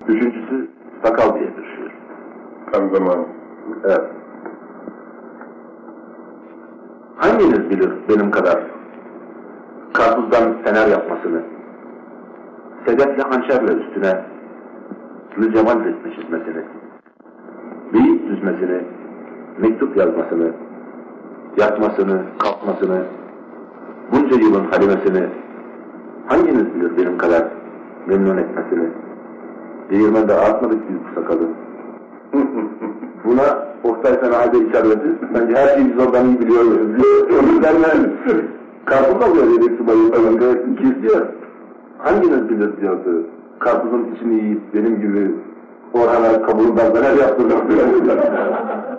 Üçüncüsü sakal diye bir şiir. Tam zamanı. Evet. Hanginiz bilir benim kadar karpuzdan fener yapmasını, sedefle hançerle üstüne Gülcemal resmi çizmesini, beyit düzmesini, mektup yazmasını, yatmasını, kalkmasını, bunca yılın halimesini hanginiz bilir benim kadar memnun etmesini? Değirmende artmadık büyük sakalı. Buna Oktay sana halde içerledi. Bence her şeyi biz oradan iyi biliyoruz. Derler. Karpuz alıyor dedik subayı. Gayet ikiz diyor. Hanginiz bilir diyordu. Karpuzun içini yiyip benim gibi Orhan'a kabuğundan neler yaptırdım.